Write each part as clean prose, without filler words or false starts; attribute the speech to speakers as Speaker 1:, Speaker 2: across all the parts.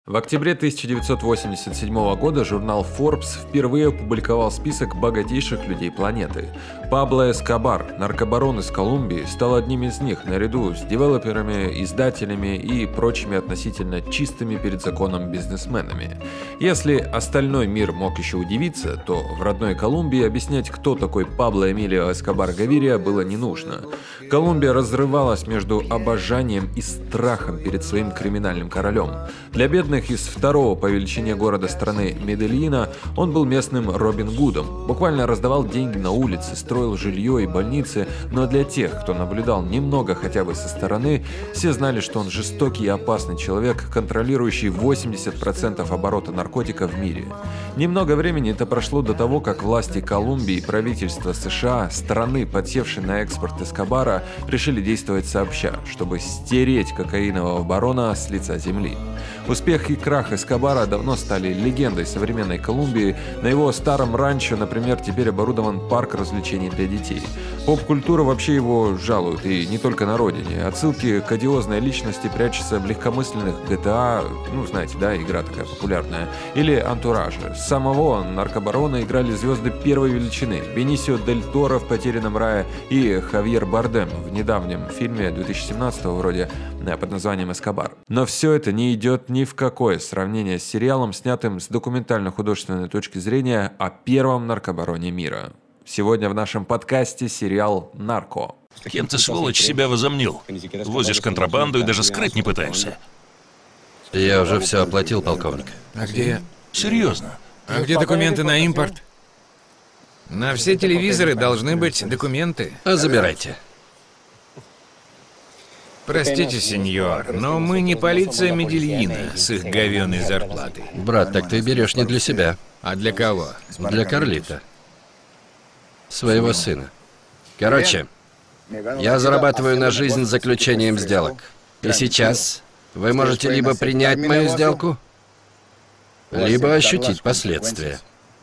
Speaker 1: В октябре 1987 года журнал Forbes впервые опубликовал список богатейших людей планеты. Пабло Эскобар, наркобарон из Колумбии, стал одним из них, наряду с девелоперами, издателями и прочими относительно чистыми перед законом бизнесменами. Если остальной мир мог еще удивиться, то в родной Колумбии объяснять, кто такой Пабло Эмилио Эскобар Гавирия, было не нужно. Колумбия разрывалась между обожанием и страхом перед своим криминальным королем. Для бедных из второго по величине города страны Медельина он был местным Робин Гудом, буквально раздавал деньги на улице, строил жилье и больницы, но для тех, кто наблюдал немного хотя бы со стороны, все знали, что он жестокий и опасный человек, контролирующий 80% оборота наркотиков в мире. Немного времени это прошло до того, как власти Колумбии и правительство США, страны, подсевшей на экспорт Эскобара, решили действовать сообща, чтобы стереть кокаинового барона с лица земли. Успех и крах Эскобара давно стали легендой современной Колумбии. На его старом ранчо, например, теперь оборудован парк развлечений для детей. Поп-культура вообще его жалует, и не только на родине. Отсылки к одиозной личности прячутся в легкомысленных GTA, знаете, да, игра такая популярная, или Антураже. Самого наркобарона играли звезды первой величины: Бенисио Дель Торо в «Потерянном рае» и Хавьер Бардем в недавнем фильме 2017-го вроде под названием «Эскобар». Но все это не идет ни в какое сравнение с сериалом, снятым с документально-художественной точки зрения о первом наркобароне мира. Сегодня в нашем подкасте сериал «Нарко».
Speaker 2: Кем ты, сволочь, себя возомнил? Возишь контрабанду и даже скрыть не пытаешься.
Speaker 3: Я уже все оплатил, полковник.
Speaker 4: А где...
Speaker 2: Серьезно?
Speaker 4: А где документы на импорт? На все телевизоры должны быть документы.
Speaker 3: Забирайте.
Speaker 4: Простите, сеньор, но мы не полиция Медельина с их говёной зарплатой.
Speaker 3: Брат, так ты берешь не для себя.
Speaker 4: А для кого?
Speaker 3: Для Карлита. Своего сына. Короче, я зарабатываю на жизнь заключением сделок. И сейчас вы можете либо принять мою сделку, либо ощутить последствия.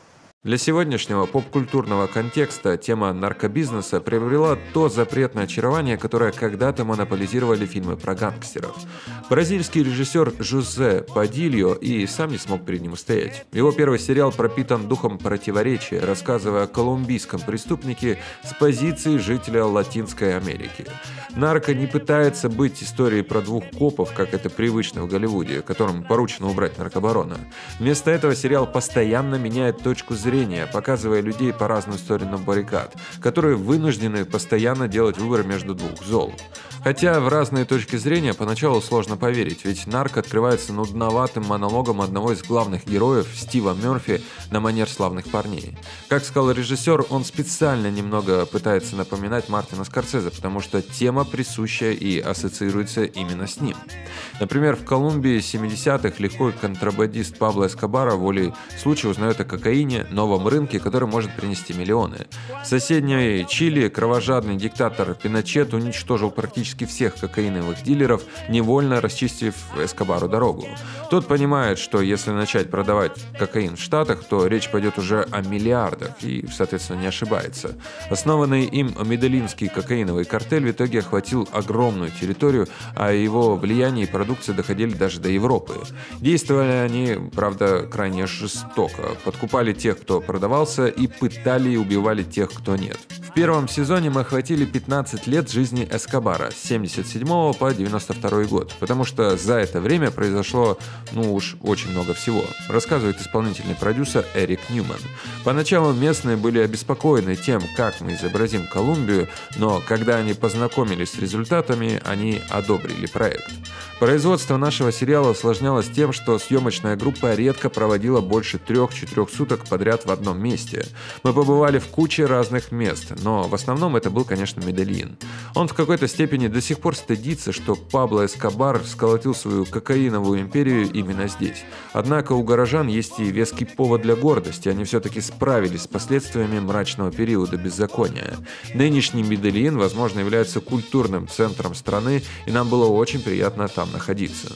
Speaker 1: Для сегодняшнего поп-культурного контекста тема наркобизнеса приобрела то запретное очарование, которое когда-то монополизировали фильмы про гангстеров. Бразильский режиссер Жозе Падильо и сам не смог перед ним устоять. Его первый сериал пропитан духом противоречия, рассказывая о колумбийском преступнике с позиции жителя Латинской Америки. «Нарко» не пытается быть историей про двух копов, как это привычно в Голливуде, которым поручено убрать наркобарона. Вместо этого сериал постоянно меняет точку зрения, показывая людей по разную сторону баррикад, которые вынуждены постоянно делать выбор между двух зол. Хотя в разные точки зрения поначалу сложно поверить, ведь «Нарко» открывается нудноватым монологом одного из главных героев, Стива Мерфи, на манер «Славных парней». Как сказал режиссер, он специально немного пытается напоминать Мартина Скорсезе, потому что тема присущая и ассоциируется именно с ним. Например, в Колумбии 70-х легкой контрабандист Пабло Эскобара волей случая узнает о кокаине, новом рынке, который может принести миллионы. В соседней Чили кровожадный диктатор Пиночет уничтожил практически всех кокаиновых дилеров, невольно расчистив Эскобару дорогу. Тот понимает, что если начать продавать кокаин в Штатах, то речь пойдет уже о миллиардах и, соответственно, не ошибается. Основанный им медельинский кокаиновый картель в итоге охватил огромную территорию, а его влияние и продукция доходили даже до Европы. Действовали они, правда, крайне жестоко. Подкупали тех, кто продавался, и пытали и убивали тех, кто нет. В первом сезоне мы охватили 15 лет жизни Эскобара с 77 по 92 год, потому что за это время произошло, очень много всего, рассказывает исполнительный продюсер Эрик Ньюман. Поначалу местные были обеспокоены тем, как мы изобразим Колумбию, но когда они познакомились с результатами, они одобрили проект. Производство нашего сериала осложнялось тем, что съемочная группа редко проводила больше 3-4 суток подряд в одном месте. Мы побывали в куче разных мест, но в основном это был, конечно, Медельин. Он в какой-то степени до сих пор стыдится, что Пабло Эскобар сколотил свою кокаиновую империю именно здесь. Однако у горожан есть и веский повод для гордости, они все-таки справились с последствиями мрачного периода беззакония. Нынешний Медельин, возможно, является культурным центром страны, и нам было очень приятно там находиться.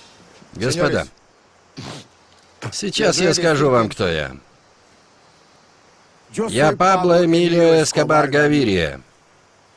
Speaker 3: Господа, сейчас я скажу вам, кто я. Я Пабло Эмилио Эскобар Гавирия.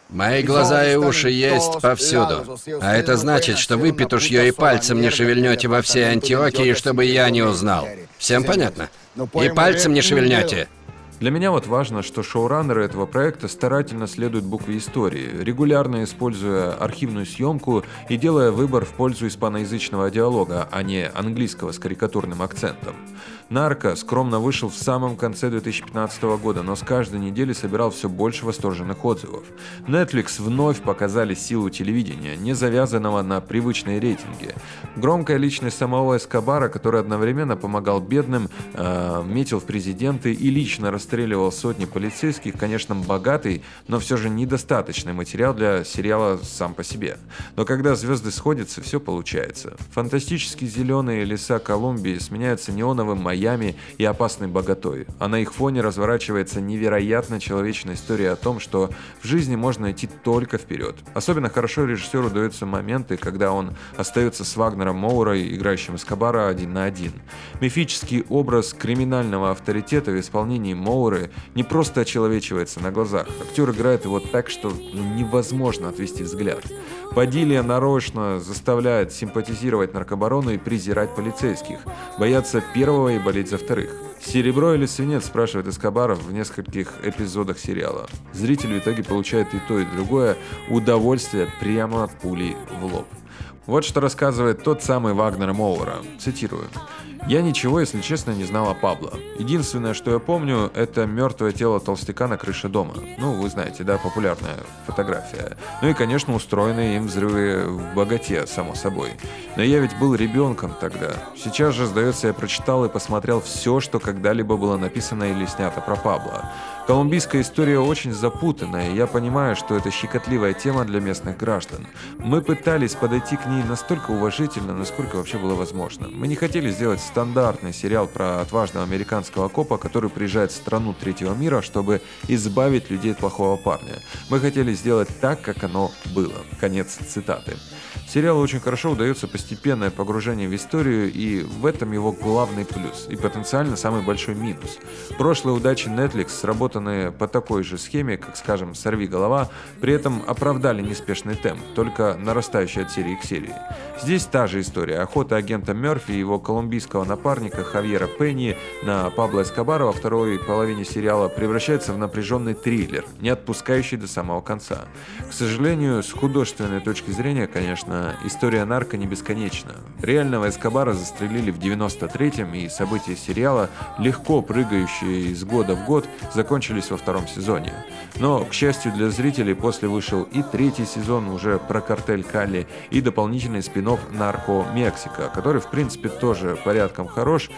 Speaker 3: Мои глаза и уши есть повсюду. А это значит, что вы, петушье, и пальцем не шевельнете во всей Антиохии, чтобы я не узнал. Всем понятно? И пальцем не шевельнете.
Speaker 1: Для меня вот важно, что шоураннеры этого проекта старательно следуют букве истории, регулярно используя архивную съемку и делая выбор в пользу испаноязычного диалога, а не английского с карикатурным акцентом. «Нарко» скромно вышел в самом конце 2015 года, но с каждой недели собирал все больше восторженных отзывов. Netflix вновь показали силу телевидения, не завязанного на привычные рейтинги. Громкая личность самого Эскобара, который одновременно помогал бедным, метил в президенты и лично расстреливал сотни полицейских, конечно, богатый, но все же недостаточный материал для сериала сам по себе. Но когда звезды сходятся, все получается. Фантастически зеленые леса Колумбии сменяются неоновым Майами и опасной богатой, а на их фоне разворачивается невероятно человечная история о том, что в жизни можно идти только вперед. Особенно хорошо режиссеру даются моменты, когда он остается с Вагнером Моурой, играющим Эскобара, 1 на 1. Мифический образ криминального авторитета в исполнении Моуры не просто очеловечивается на глазах. Актер играет его так, что невозможно отвести взгляд. Падилья нарочно заставляет симпатизировать наркобарону и презирать полицейских, бояться первого и болеть за вторых. «Серебро или свинец?» – спрашивает Эскобар в нескольких эпизодах сериала. Зритель в итоге получает и то, и другое удовольствие прямо пулей в лоб. Вот что рассказывает тот самый Вагнер Моура. Цитирую. «Я ничего, если честно, не знал о Пабло. Единственное, что я помню, это мертвое тело толстяка на крыше дома. Ну, вы знаете, да, популярная фотография. Ну и, конечно, устроенные им взрывы в богате, само собой. Но я ведь был ребенком тогда. Сейчас же, сдается, я прочитал и посмотрел все, что когда-либо было написано или снято про Пабло. Колумбийская история очень запутанная, и я понимаю, что это щекотливая тема для местных граждан. Мы пытались подойти к ней настолько уважительно, насколько вообще было возможно. Мы не хотели сделать стандартный сериал про отважного американского копа, который приезжает в страну третьего мира, чтобы избавить людей от плохого парня. Мы хотели сделать так, как оно было». Конец цитаты. Сериалу очень хорошо удается постепенное погружение в историю, и в этом его главный плюс, и потенциально самый большой минус. Прошлые удачи Netflix, сработанные по такой же схеме, как, скажем, «Сорвиголова», при этом оправдали неспешный темп, только нарастающий от серии к серии. Здесь та же история. Охота агента Мерфи и его колумбийского напарника Хавьера Пенни на Пабло Эскобара во второй половине сериала превращается в напряженный триллер, не отпускающий до самого конца. К сожалению, с художественной точки зрения, конечно, история нарко не бесконечна. Реального Эскобара застрелили в 93-м, и события сериала, легко прыгающие из года в год, закончились во втором сезоне. Но, к счастью для зрителей, после вышел и третий сезон уже про картель Калли, и дополнительный спин-офф «Нарко Мексика», который, в принципе, тоже порядком хорош,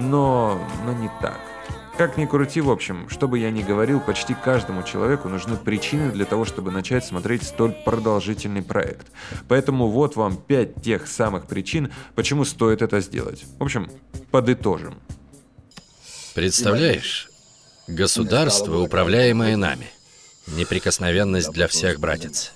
Speaker 1: но не так. Как ни крути, в общем, что бы я ни говорил, почти каждому человеку нужны причины для того, чтобы начать смотреть столь продолжительный проект. Поэтому вот вам 5 тех самых причин, почему стоит это сделать. В общем, подытожим.
Speaker 3: Представляешь, государство, управляемое нами. Неприкосновенность для всех, братец.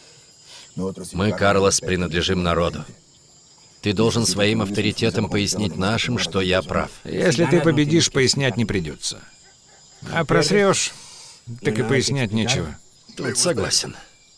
Speaker 3: Мы, Карлос, принадлежим народу. Ты должен своим авторитетом пояснить нашим, что я прав.
Speaker 4: Если ты победишь, пояснять не придется. А просрешь, так и пояснять нечего.
Speaker 3: Тут согласен.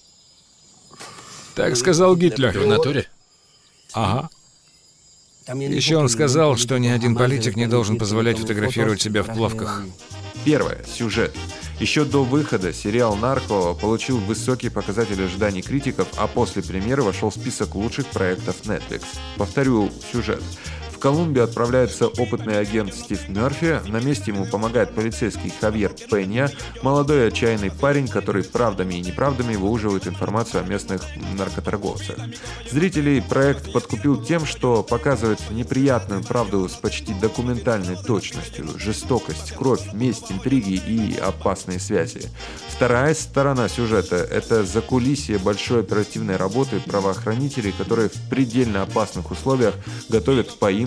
Speaker 4: Так сказал Гитлер.
Speaker 3: В натуре?
Speaker 4: Ага. Еще он сказал, что ни один политик не должен позволять фотографировать себя в плавках.
Speaker 1: Первое. Сюжет. Еще до выхода сериал «Нарко» получил высокие показатели ожиданий критиков, а после премьеры вошел в список лучших проектов Netflix. Повторю сюжет. В Колумбию отправляется опытный агент Стив Мерфи, на месте ему помогает полицейский Хавьер Пенья, молодой отчаянный парень, который правдами и неправдами выуживает информацию о местных наркоторговцах. Зрителей проект подкупил тем, что показывает неприятную правду с почти документальной точностью, жестокость, кровь, месть, интриги и опасные связи. Вторая сторона сюжета – это закулисье большой оперативной работы правоохранителей, которые в предельно опасных условиях готовят поимку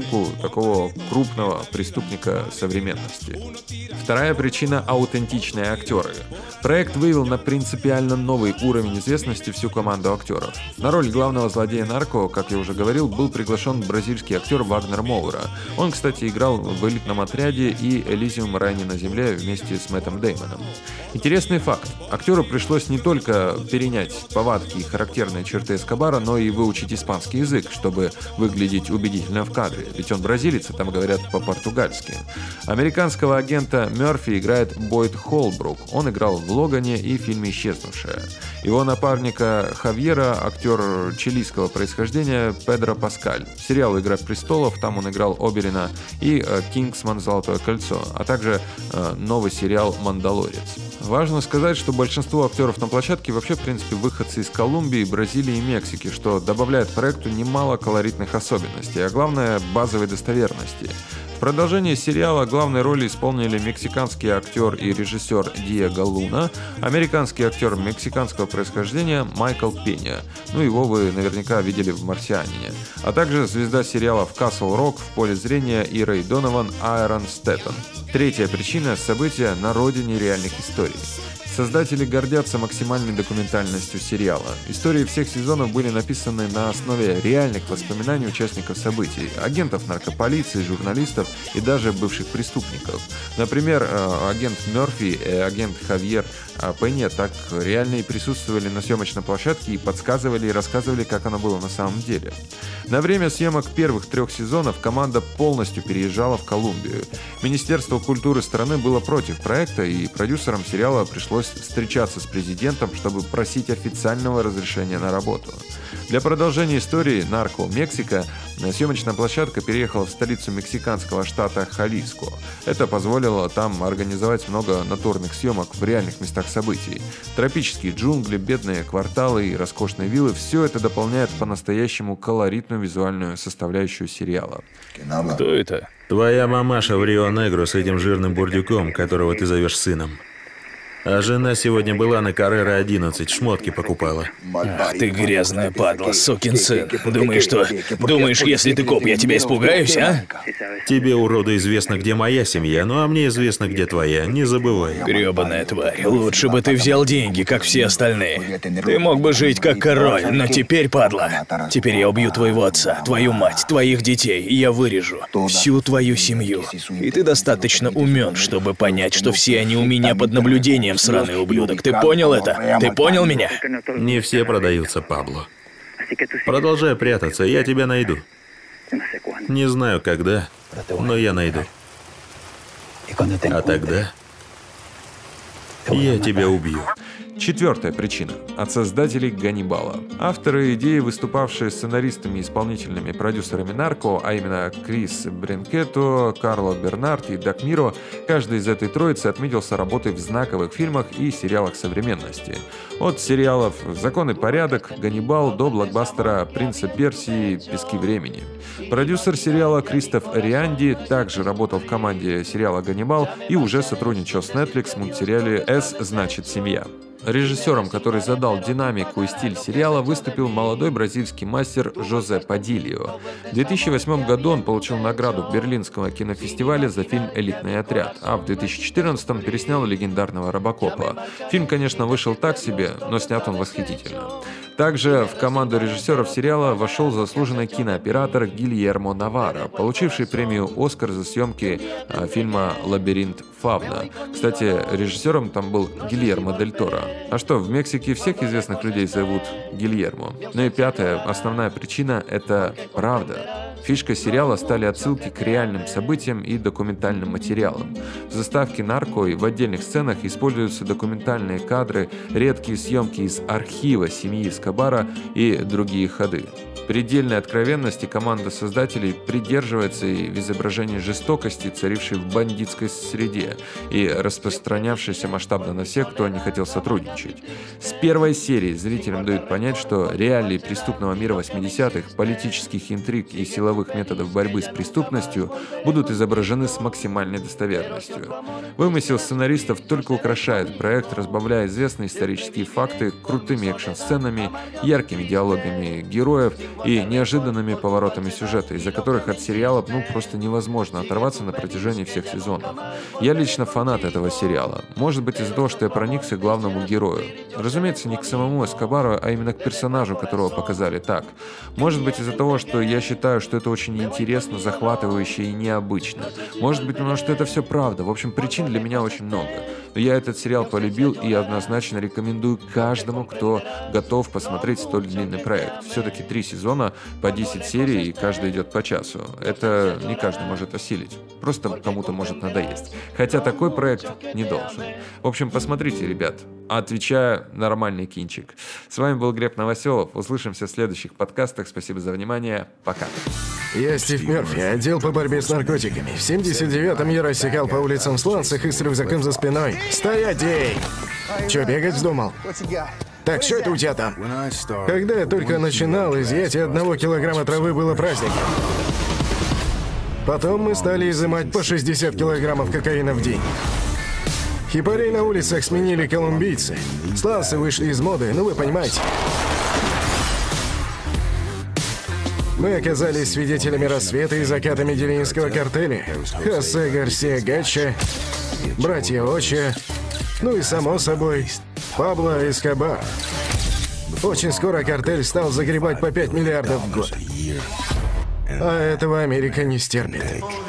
Speaker 1: съемку такого крупного преступника современности. Вторая причина – аутентичные актеры. Проект вывел на принципиально новый уровень известности всю команду актеров. На роль главного злодея нарко, как я уже говорил, был приглашен бразильский актер Вагнер Моура. Он, кстати, играл в «Элитном отряде» и «Элизиум. Рай не на земле» вместе с Мэттом Деймоном. Интересный факт. Актеру пришлось не только перенять повадки и характерные черты Эскобара, но и выучить испанский язык, чтобы выглядеть убедительно в кадре, ведь он бразилец, и там говорят по-португальски. Американского агента Мерфи играет Бойд Холбрук. Он играл в «Логане» и фильме «Исчезнувшая». Его напарника Хавьера, актер чилийского происхождения Педро Паскаль. Сериал «Игра престолов», там он играл Оберина, и «Кингсман. Золотое кольцо», а также новый сериал «Мандалорец». Важно сказать, что большинство актеров на площадке вообще, в принципе, выходцы из Колумбии, Бразилии и Мексики, что добавляет проекту немало колоритных особенностей, а главное – базовой достоверности. В продолжении сериала главные роли исполнили мексиканский актер и режиссер Диего Луна, американский актер мексиканского происхождения Майкл Пенья, его вы наверняка видели в «Марсианине», а также звезда сериалов «Касл Рок», «В поле зрения» и Рэй Донован Айрон Стэттон. Третья причина – события на родине реальных историй. Создатели гордятся максимальной документальностью сериала. Истории всех сезонов были написаны на основе реальных воспоминаний участников событий, агентов наркополиции, журналистов и даже бывших преступников. Например, агент Мерфи и агент Хавьер Пенья так реально и присутствовали на съемочной площадке и подсказывали и рассказывали, как оно было на самом деле. На время съемок первых 3 сезонов команда полностью переезжала в Колумбию. Министерство культуры страны было против проекта, и продюсерам сериала пришлось встречаться с президентом, чтобы просить официального разрешения на работу. Для продолжения истории «Нарко. Мексика» съемочная площадка переехала в столицу мексиканского штата Халиско. Это позволило там организовать много натурных съемок в реальных местах событий. Тропические джунгли, бедные кварталы и роскошные виллы – все это дополняет по-настоящему колоритную визуальную составляющую сериала.
Speaker 5: Кто это?
Speaker 6: Твоя мамаша в Рио-Негро с этим жирным бурдюком, которого ты зовешь сыном. А жена сегодня была на Каррера 11, шмотки покупала.
Speaker 5: Ах ты грязная падла, сукин сын. Думаешь, если ты коп, я тебя испугаюсь, а?
Speaker 6: Тебе, уроду, известно, где моя семья, ну а мне известно, где твоя, не забывай.
Speaker 5: Грёбаная тварь, лучше бы ты взял деньги, как все остальные. Ты мог бы жить как король, но теперь, падла, теперь я убью твоего отца, твою мать, твоих детей, и я вырежу всю твою семью. И ты достаточно умен, чтобы понять, что все они у меня под наблюдением, сраный ублюдок. Ты понял это? Ты понял меня?
Speaker 6: Не все продаются, Пабло. Продолжай прятаться, я тебя найду. Не знаю когда, но я найду. А тогда я тебя убью.
Speaker 1: Четвертая причина – от создателей «Ганнибала». Авторы идеи, выступавшие сценаристами и исполнительными продюсерами «Нарко», а именно Крис Бренкетто, Карло Бернард и Даг Миро, каждый из этой троицы отметился работой в знаковых фильмах и сериалах современности. От сериалов «Закон и порядок», «Ганнибал» до блокбастера «Принца Персии. Пески времени». Продюсер сериала Кристоф Рианди также работал в команде сериала «Ганнибал» и уже сотрудничал с Netflix в мультсериале «С значит семья». Режиссером, который задал динамику и стиль сериала, выступил молодой бразильский мастер Жозе Падильо. В 2008 году он получил награду Берлинского кинофестиваля за фильм «Элитный отряд», а в 2014 переснял легендарного Робокопа. Фильм, конечно, вышел так себе, но снят он восхитительно. Также в команду режиссеров сериала вошел заслуженный кинооператор Гильермо Наварро, получивший премию «Оскар» за съемки фильма «Лабиринт Фавна». Кстати, режиссером там был Гильермо Дель Торо. А что, в Мексике всех известных людей зовут Гильермо. Ну и пятая, основная причина – это правда. Фишкой сериала стали отсылки к реальным событиям и документальным материалам. В заставке «Нарко» и в отдельных сценах используются документальные кадры, редкие съемки из архива семьи Эскобара и другие ходы. Предельной откровенности команда создателей придерживается и в изображении жестокости, царившей в бандитской среде и распространявшейся масштабно на всех, кто не хотел сотрудничать. С первой серии зрителям дают понять, что реалии преступного мира 80-х, политических интриг и силовых методов борьбы с преступностью будут изображены с максимальной достоверностью. Вымысел сценаристов только украшает проект, разбавляя известные исторические факты крутыми экшн-сценами, яркими диалогами героев и неожиданными поворотами сюжета, из-за которых от сериала просто невозможно оторваться на протяжении всех сезонов. Я лично фанат этого сериала. Может быть, из-за того, что я проникся к главному герою. Разумеется, не к самому Эскобару, а именно к персонажу, которого показали так. Может быть, из-за того, что я считаю, что это очень интересно, захватывающе и необычно. Может быть, потому что это все правда. В общем, причин для меня очень много. Но я этот сериал полюбил и однозначно рекомендую каждому, кто готов посмотреть столь длинный проект. Все-таки 3 сезона по 10 серий, и каждый идет по часу. Это не каждый может осилить. Просто кому-то может надоесть. Хотя такой проект не должен. В общем, посмотрите, ребят. Отвечая, нормальный кинчик. С вами был Глеб Новоселов. Услышимся в следующих подкастах. Спасибо за внимание. Пока.
Speaker 7: Я Стив Мерфи, отдел по борьбе с наркотиками. В 79-м я рассекал по улицам в сланцах и с рюкзаком за спиной. Стоять, эй! Чё, бегать вздумал? Так, что это у тебя там? Когда я только начинал, изъятие 1 килограмма травы было праздником. Потом мы стали изымать по 60 килограммов кокаина в день. Хипарей на улицах сменили колумбийцы. Сланцы вышли из моды, вы понимаете. Мы оказались свидетелями рассвета и заката медельинского картеля. Хосе Гарсия Гачча, братья Оча, и, само собой, Пабло Эскобар. Очень скоро картель стал загребать по 5 миллиардов в год. А этого Америка не стерпит.